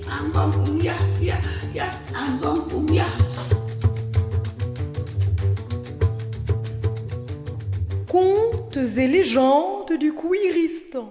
Contes et légendes du Kouiristan.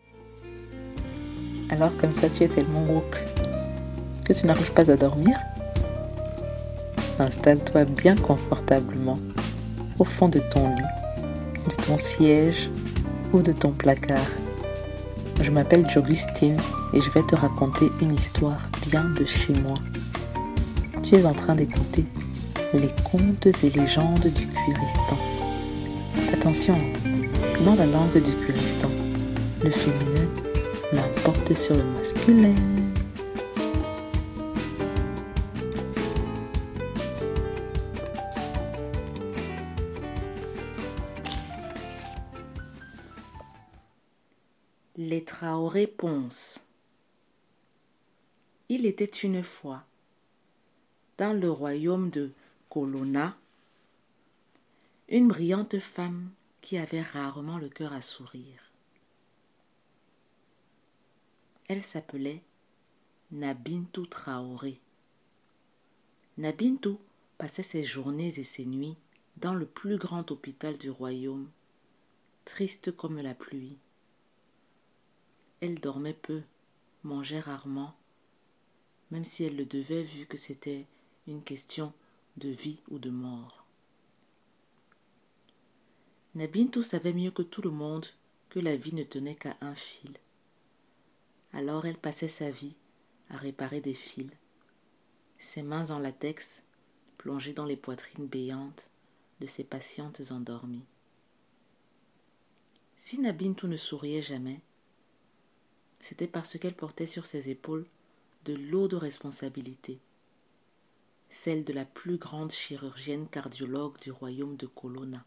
Alors comme ça tu es tellement woke que tu n'arrives pas à dormir? Installe-toi bien confortablement au fond de ton lit, de ton siège ou de ton placard. Je m'appelle Jogustine et je vais te raconter une histoire bien de chez moi. Tu es en train d'écouter les contes et légendes du Kouiristan. Attention, dans la langue du Kouiristan, le féminin l'emporte sur le masculin. Les Traoré Ponce. Il était une fois, dans le royaume de Colonna, une brillante femme qui avait rarement le cœur à sourire. Elle s'appelait Nabintou Traoré. Nabintou passait ses journées et ses nuits dans le plus grand hôpital du royaume, triste comme la pluie. Elle dormait peu, mangeait rarement, même si elle le devait vu que c'était une question de vie ou de mort. Nabintou savait mieux que tout le monde que la vie ne tenait qu'à un fil. Alors elle passait sa vie à réparer des fils, ses mains en latex plongées dans les poitrines béantes de ses patientes endormies. Si Nabintou ne souriait jamais, c'était parce qu'elle portait sur ses épaules de lourdes responsabilités, celle de la plus grande chirurgienne cardiologue du royaume de Colonna.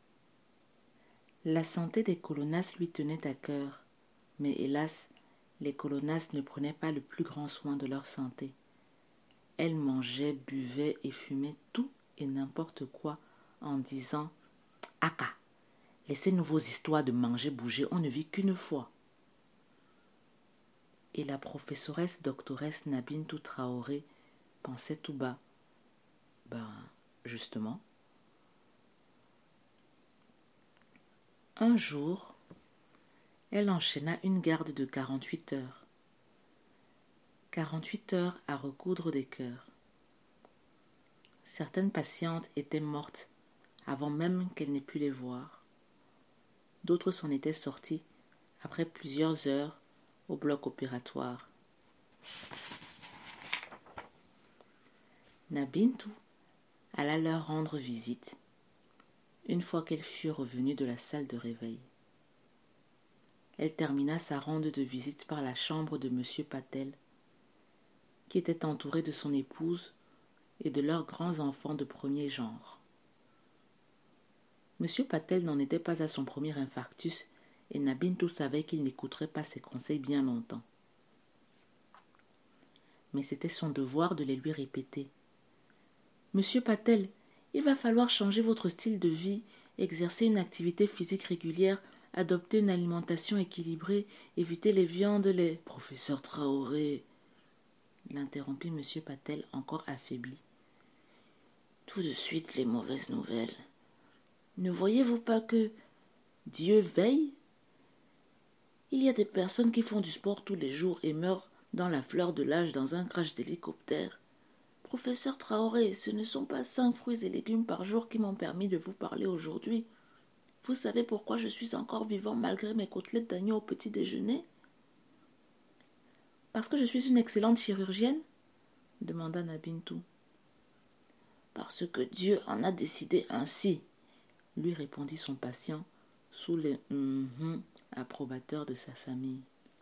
La santé des Colonnas lui tenait à cœur, mais hélas, les Colonnas ne prenaient pas le plus grand soin de leur santé. Elles mangeaient, buvaient et fumaient tout et n'importe quoi en disant « Aka, laissez-nous vos histoires de manger, bouger, on ne vit qu'une fois. » Et la professoresse doctoresse Nabintou Traoré pensait tout bas « Ben, justement. » Un jour, elle enchaîna une garde de 48 heures. 48 heures à recoudre des cœurs. Certaines patientes étaient mortes avant même qu'elle n'ait pu les voir. D'autres s'en étaient sorties après plusieurs heures au bloc opératoire. Nabintou alla leur rendre visite une fois qu'elle fut revenue de la salle de réveil. Elle termina sa ronde de visite par la chambre de M. Patel, qui était entouré de son épouse et de leurs grands enfants de premier genre. M. Patel n'en était pas à son premier infarctus et Nabintou savait qu'il n'écouterait pas ses conseils bien longtemps. Mais c'était son devoir de les lui répéter. « Monsieur Patel, il va falloir changer votre style de vie, exercer une activité physique régulière, adopter une alimentation équilibrée, éviter les viandes, les... » « Professeur Traoré !» l'interrompit M. Patel, encore affaibli. « Tout de suite les mauvaises nouvelles. Ne voyez-vous pas que Dieu veille? Il y a des personnes qui font du sport tous les jours et meurent dans la fleur de l'âge dans un crash d'hélicoptère. Professeur Traoré, ce ne sont pas 5 fruits et légumes par jour qui m'ont permis de vous parler aujourd'hui. Vous savez pourquoi je suis encore vivant malgré mes côtelettes d'agneau au petit déjeuner? Parce que je suis une excellente chirurgienne? Demanda Nabintou. Parce que Dieu en a décidé ainsi, lui répondit son patient sous les approbateurs de sa famille.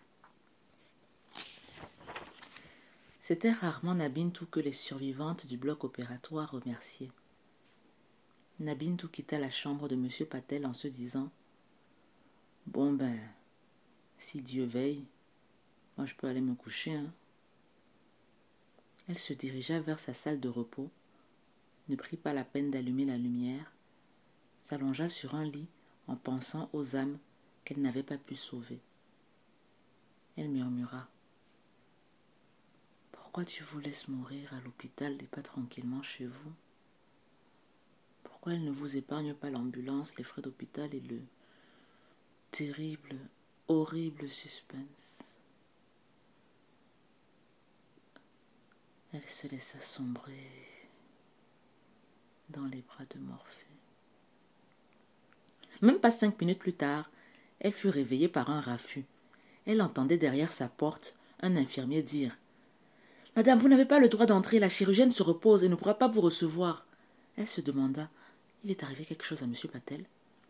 C'était rarement Nabintou que les survivantes du bloc opératoire remerciaient. Nabintou quitta la chambre de M. Patel en se disant « Bon ben, si Dieu veille, moi je peux aller me coucher, hein. » Elle se dirigea vers sa salle de repos, ne prit pas la peine d'allumer la lumière, s'allongea sur un lit en pensant aux âmes qu'elle n'avait pas pu sauver. Elle murmura Pourquoi tu vous laisses mourir à l'hôpital et pas tranquillement chez vous? Pourquoi elle ne vous épargne pas l'ambulance, les frais d'hôpital et le terrible, horrible suspense? Elle se laissa sombrer dans les bras de Morphée. Même pas 5 minutes plus tard, elle fut réveillée par un raffut. Elle entendait derrière sa porte un infirmier dire « Madame, vous n'avez pas le droit d'entrer, la chirurgienne se repose et ne pourra pas vous recevoir. » Elle se demanda « Il est arrivé quelque chose à M. Patel ?»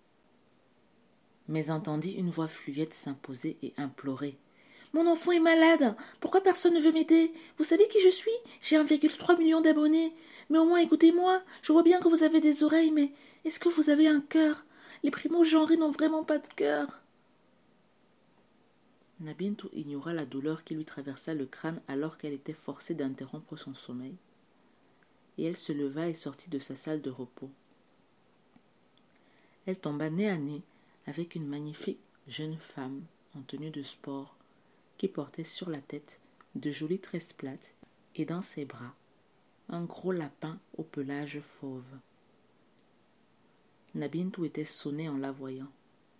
Mais entendit une voix fluette s'imposer et implorer. « Mon enfant est malade. Pourquoi personne ne veut m'aider? Vous savez qui je suis? J'ai 1,3 million d'abonnés. Mais au moins écoutez-moi. Je vois bien que vous avez des oreilles, mais est-ce que vous avez un cœur? Les primo-genrés n'ont vraiment pas de cœur. » Nabintou ignora la douleur qui lui traversa le crâne alors qu'elle était forcée d'interrompre son sommeil. Et elle se leva et sortit de sa salle de repos. Elle tomba nez à nez avec une magnifique jeune femme en tenue de sport qui portait sur la tête de jolies tresses plates et dans ses bras un gros lapin au pelage fauve. Nabintou était sonnée en la voyant.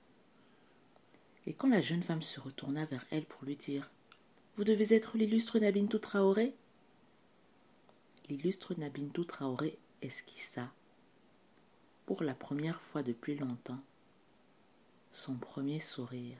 Et quand la jeune femme se retourna vers elle pour lui dire « Vous devez être l'illustre Nabintou Traoré ?» L'illustre Nabintou Traoré esquissa, pour la première fois depuis longtemps, son premier sourire.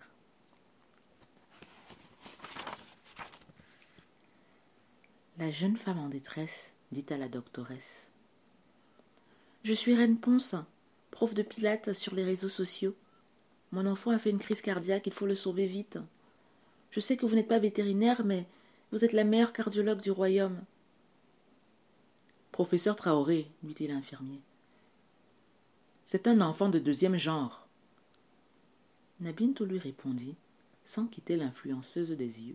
La jeune femme en détresse dit à la doctoresse « Je suis Reine Ponce, prof de pilates sur les réseaux sociaux. Mon enfant a fait une crise cardiaque, il faut le sauver vite. Je sais que vous n'êtes pas vétérinaire, mais vous êtes la meilleure cardiologue du royaume. » Professeur Traoré, lui dit l'infirmier. C'est un enfant de 2e genre. Nabintou lui répondit, sans quitter l'influenceuse des yeux.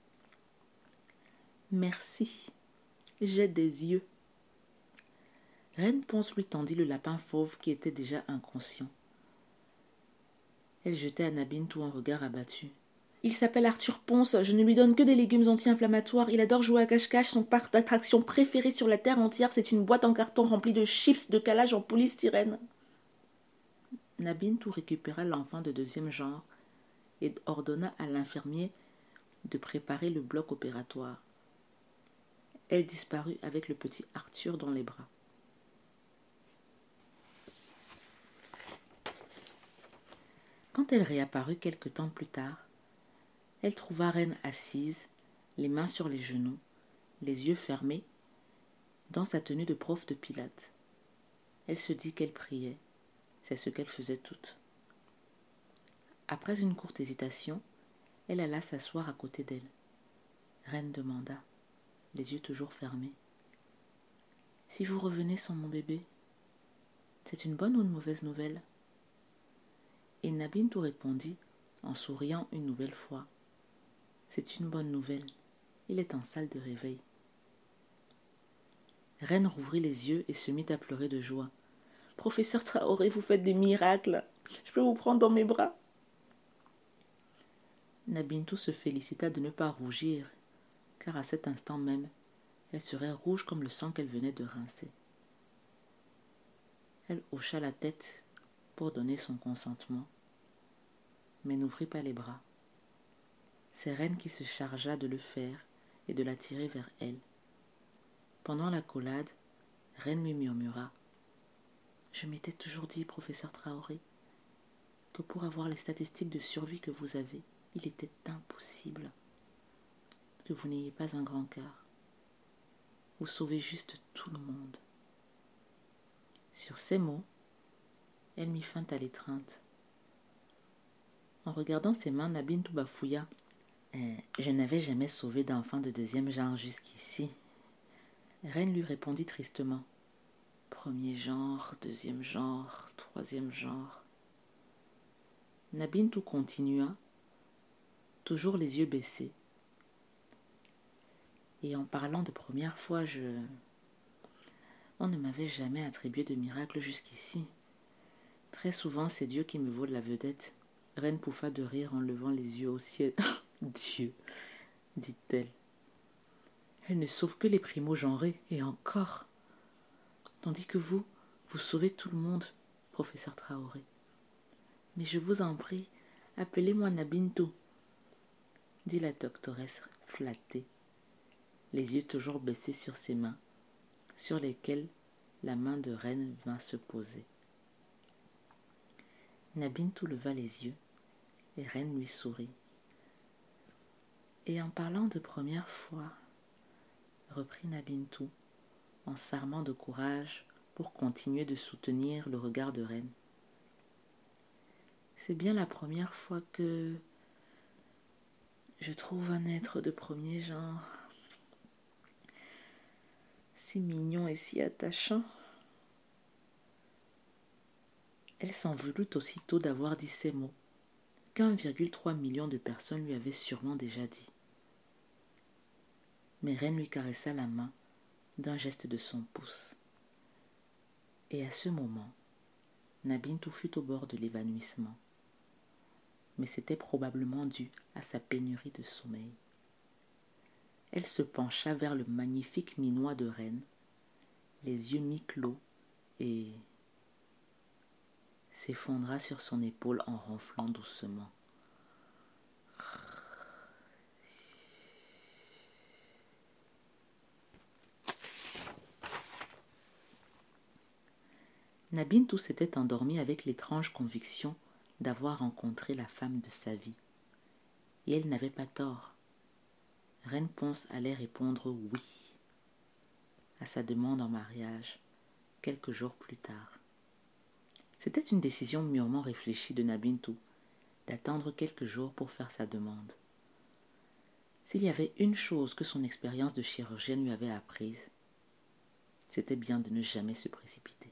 Merci, j'ai des yeux. Reine Ponce lui tendit le lapin fauve qui était déjà inconscient. Elle jetait à Nabintou un regard abattu. Il s'appelle Arthur Ponce, je ne lui donne que des légumes anti-inflammatoires. Il adore jouer à cache-cache, son parc d'attractions préféré sur la terre entière, c'est une boîte en carton remplie de chips de calage en polystyrène. Nabintou récupéra l'enfant de 2e genre et ordonna à l'infirmier de préparer le bloc opératoire. Elle disparut avec le petit Arthur dans les bras. Quand elle réapparut quelque temps plus tard, elle trouva Reine assise, les mains sur les genoux, les yeux fermés, dans sa tenue de prof de pilates. Elle se dit qu'elle priait, c'est ce qu'elle faisait toutes. Après une courte hésitation, elle alla s'asseoir à côté d'elle. Reine demanda, les yeux toujours fermés. « Si vous revenez sans mon bébé, c'est une bonne ou une mauvaise nouvelle ?» Et Nabintou répondit, en souriant une nouvelle fois. « C'est une bonne nouvelle, il est en salle de réveil. » Reine rouvrit les yeux et se mit à pleurer de joie. « Professeur Traoré, vous faites des miracles, je peux vous prendre dans mes bras. » Nabintou se félicita de ne pas rougir, car à cet instant même, elle serait rouge comme le sang qu'elle venait de rincer. Elle hocha la tête pour donner son consentement, mais n'ouvrit pas les bras. C'est Reine qui se chargea de le faire et de l'attirer vers elle. Pendant l'accolade, Reine lui murmura « Je m'étais toujours dit, professeur Traoré, que pour avoir les statistiques de survie que vous avez, il était impossible que vous n'ayez pas un grand cœur. Vous sauvez juste tout le monde. » Sur ces mots, elle mit fin à l'étreinte. En regardant ses mains, Nabintou bafouilla. Je n'avais jamais sauvé d'enfant de 2e genre jusqu'ici. Reine lui répondit tristement. 1er genre, 2e genre, 3e genre. Nabintou continua, toujours les yeux baissés. Et en parlant de première fois, on ne m'avait jamais attribué de miracle jusqu'ici. Très souvent, c'est Dieu qui me vaut de la vedette. Reine pouffa de rire en levant les yeux au ciel. Dieu, dit-elle. Elle ne sauve que les primo-genrés, et encore. Tandis que vous sauvez tout le monde, professeur Traoré. Mais je vous en prie, appelez-moi Nabintou, dit la doctoresse flattée, les yeux toujours baissés sur ses mains, sur lesquelles la main de Reine vint se poser. Nabintou leva les yeux, et Reine lui sourit. Et en parlant de première fois, reprit Nabintou, en s'armant de courage pour continuer de soutenir le regard de Reine. C'est bien la première fois que je trouve un être de premier genre si mignon et si attachant. Elle s'en voulut aussitôt d'avoir dit ces mots, qu'1,3 million de personnes lui avaient sûrement déjà dit. Mais Reine lui caressa la main d'un geste de son pouce. Et à ce moment, Nabintou fut au bord de l'évanouissement. Mais c'était probablement dû à sa pénurie de sommeil. Elle se pencha vers le magnifique minois de Reine, les yeux mi-clos, et s'effondra sur son épaule en ronflant doucement. Nabintou s'était endormie avec l'étrange conviction d'avoir rencontré la femme de sa vie. Et elle n'avait pas tort. Reine Ponce allait répondre oui à sa demande en mariage quelques jours plus tard. C'était une décision mûrement réfléchie de Nabintou d'attendre quelques jours pour faire sa demande. S'il y avait une chose que son expérience de chirurgienne lui avait apprise, c'était bien de ne jamais se précipiter.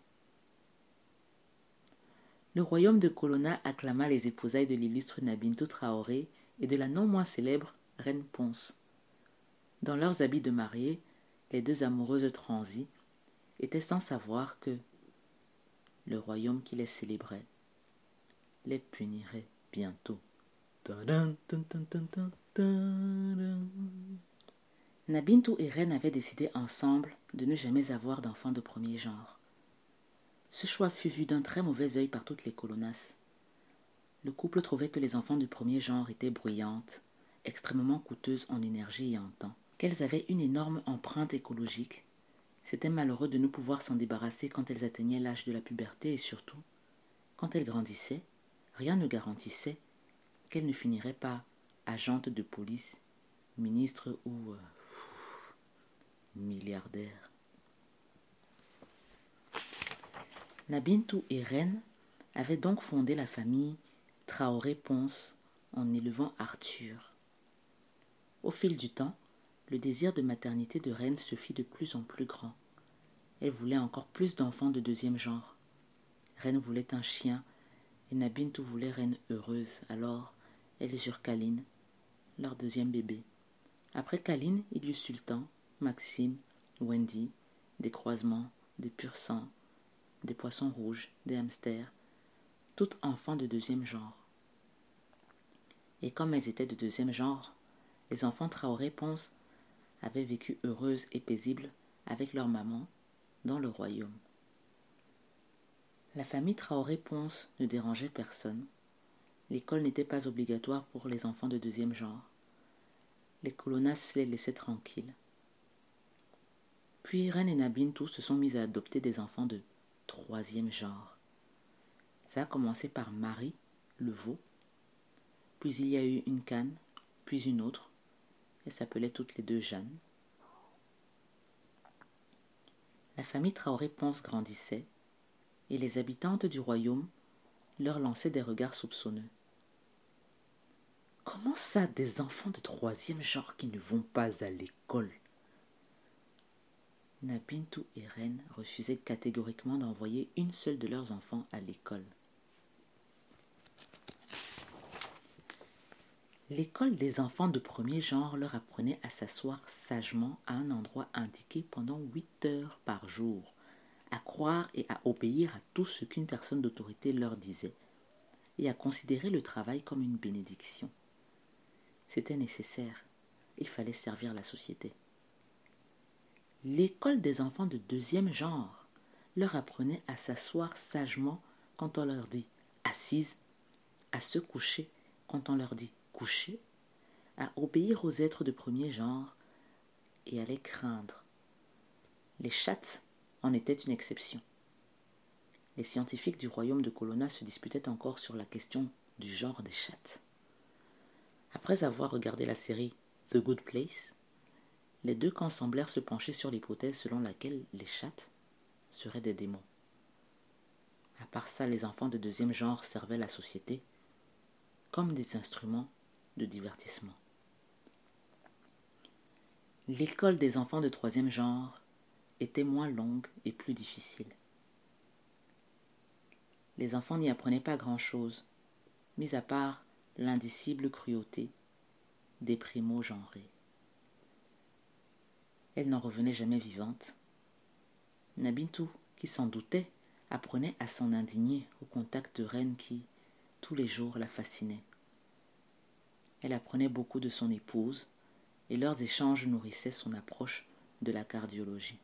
Le royaume de Colonna acclama les épousailles de l'illustre Nabintou Traoré et de la non moins célèbre Reine Ponce. Dans leurs habits de mariée, les deux amoureuses transies étaient sans savoir que le royaume qui les célébrait les punirait bientôt. Nabintou et Reine avaient décidé ensemble de ne jamais avoir d'enfants de premier genre. Ce choix fut vu d'un très mauvais œil par toutes les colonnas. Le couple trouvait que les enfants du premier genre étaient bruyantes, extrêmement coûteuses en énergie et en temps, qu'elles avaient une énorme empreinte écologique. C'était malheureux de ne pouvoir s'en débarrasser quand elles atteignaient l'âge de la puberté et surtout, quand elles grandissaient, rien ne garantissait qu'elles ne finiraient pas agentes de police, ministres ou milliardaires. Nabintou et Reine avaient donc fondé la famille Traoré-Ponce en élevant Arthur. Au fil du temps, le désir de maternité de Reine se fit de plus en plus grand. Elle voulait encore plus d'enfants de deuxième genre. Reine voulait un chien et Nabintou voulait Reine heureuse. Alors, elles eurent Caline, leur deuxième bébé. Après Caline, il y eut Sultan, Maxime, Wendy, des croisements, des pur-sang, des poissons rouges, des hamsters, toutes enfants de deuxième genre. Et comme elles étaient de deuxième genre, les enfants Traoré-Ponce avaient vécu heureuses et paisibles avec leur maman dans le royaume. La famille Traoré-Ponce ne dérangeait personne. L'école n'était pas obligatoire pour les enfants de deuxième genre. Les colonnas les laissaient tranquilles. Puis Reine et Nabintou se sont mises à adopter des enfants de troisième genre. Ça a commencé par Marie, le veau, puis il y a eu une canne, puis une autre. Elles s'appelaient toutes les deux Jeanne. La famille Traoré-Ponce grandissait, et les habitantes du royaume leur lançaient des regards soupçonneux. Comment ça, des enfants de troisième genre qui ne vont pas à l'école? Nabintou et Reine refusaient catégoriquement d'envoyer une seule de leurs enfants à l'école. L'école des enfants de premier genre leur apprenait à s'asseoir sagement à un endroit indiqué pendant 8 heures par jour, à croire et à obéir à tout ce qu'une personne d'autorité leur disait, et à considérer le travail comme une bénédiction. C'était nécessaire, il fallait servir la société. L'école des enfants de deuxième genre leur apprenait à s'asseoir sagement quand on leur dit assise, à se coucher quand on leur dit coucher, à obéir aux êtres de premier genre et à les craindre. Les chattes en étaient une exception. Les scientifiques du royaume de Colonna se disputaient encore sur la question du genre des chattes. Après avoir regardé la série The Good Place, les deux camps semblèrent se pencher sur l'hypothèse selon laquelle les chattes seraient des démons. À part ça, les enfants de deuxième genre servaient la société comme des instruments de divertissement. L'école des enfants de troisième genre était moins longue et plus difficile. Les enfants n'y apprenaient pas grand-chose, mis à part l'indicible cruauté des primo-genrés. Elle n'en revenait jamais vivante. Nabintou, qui s'en doutait, apprenait à s'en indigner au contact de reines qui, tous les jours, la fascinaient. Elle apprenait beaucoup de son épouse, et leurs échanges nourrissaient son approche de la cardiologie.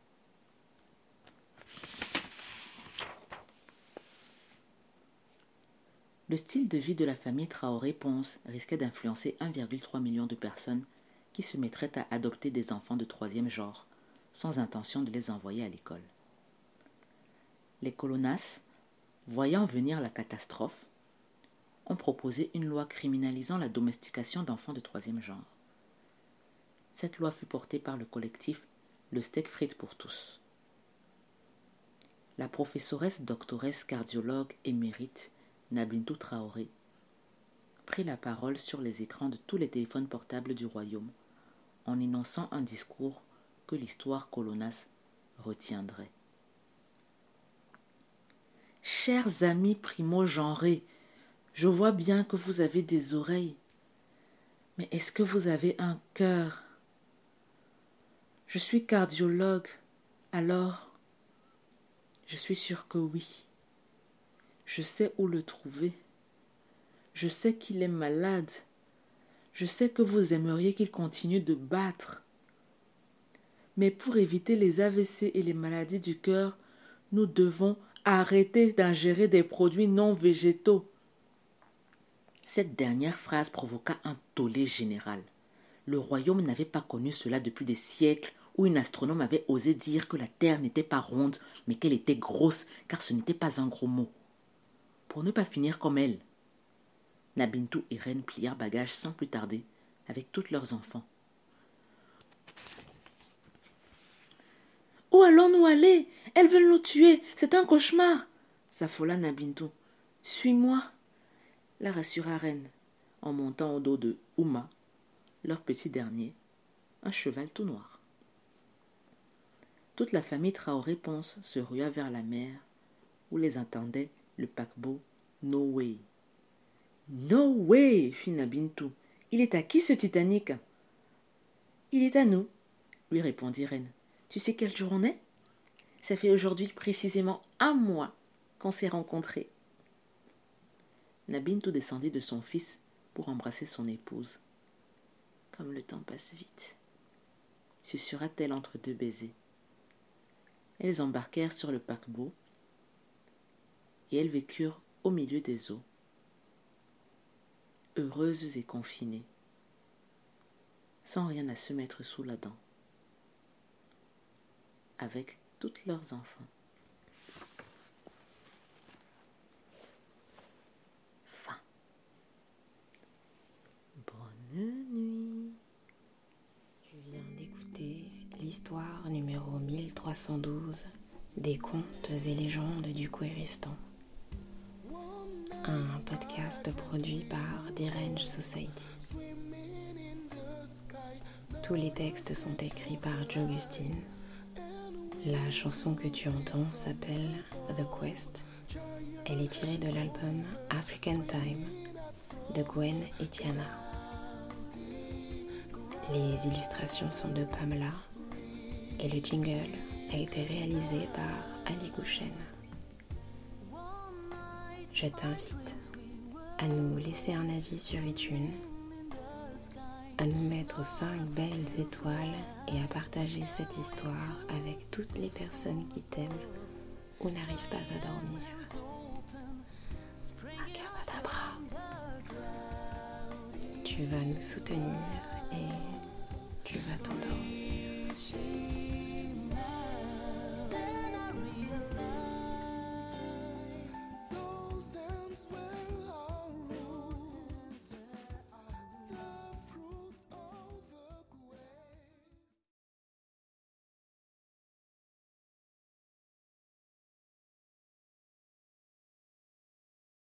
Le style de vie de la famille Traoré-Ponce risquait d'influencer 1,3 million de personnes qui se mettraient à adopter des enfants de troisième genre, sans intention de les envoyer à l'école. Les Colonnas, voyant venir la catastrophe, ont proposé une loi criminalisant la domestication d'enfants de troisième genre. Cette loi fut portée par le collectif Le Steak Frites pour tous. La professeuresse doctoresse cardiologue émérite Nabintou Traoré prit la parole sur les écrans de tous les téléphones portables du royaume en énonçant un discours que l'histoire Colonnas retiendrait. Chers amis primo-genrés, je vois bien que vous avez des oreilles, mais est-ce que vous avez un cœur? Je suis cardiologue, alors je suis sûre que oui. Je sais où le trouver. Je sais qu'il est malade. Je sais que vous aimeriez qu'il continue de battre. Mais pour éviter les AVC et les maladies du cœur, nous devons arrêter d'ingérer des produits non végétaux. Cette dernière phrase provoqua un tollé général. Le royaume n'avait pas connu cela depuis des siècles où une astronome avait osé dire que la Terre n'était pas ronde, mais qu'elle était grosse, car ce n'était pas un gros mot. Pour ne pas finir comme elle, Nabintou et Reine plièrent bagages sans plus tarder, avec tous leurs enfants. « Où allons-nous aller? Elles veulent nous tuer, c'est un cauchemar !» s'affola Nabintou. « Suis-moi !» la rassura Reine, en montant au dos de Ouma, leur petit dernier, un cheval tout noir. Toute la famille Traoré-Ponce se rua vers la mer, où les attendait le paquebot No Way. « No way !» fit Nabintou. « Il est à qui ce Titanic ?»« Il est à nous, » lui répondit Reine. « Tu sais quel jour on est ? Ça fait aujourd'hui précisément 1 mois qu'on s'est rencontrés. » Nabintou descendit de son fils pour embrasser son épouse. « Comme le temps passe vite !» susurra-t-elle entre 2 baisers. Elles embarquèrent sur le paquebot et elles vécurent au milieu des eaux, heureuses et confinées, sans rien à se mettre sous la dent, avec tous leurs enfants. Fin. Bonne nuit. Tu viens d'écouter l'histoire numéro 1312 des contes et légendes du Kouéristan. Un podcast produit par Dirange Society. Tous les textes sont écrits par Jogustine. La chanson que tu entends s'appelle The Quest. Elle est tirée de l'album African Time de Gwen et Tiana. Les illustrations sont de Pamela et le jingle a été réalisé par Ali Gouchen. Je t'invite à nous laisser un avis sur iTunes à nous mettre 5 belles étoiles et à partager cette histoire avec toutes les personnes qui t'aiment ou n'arrivent pas à dormir. Akabadabra. Tu vas nous soutenir et tu vas t'endormir.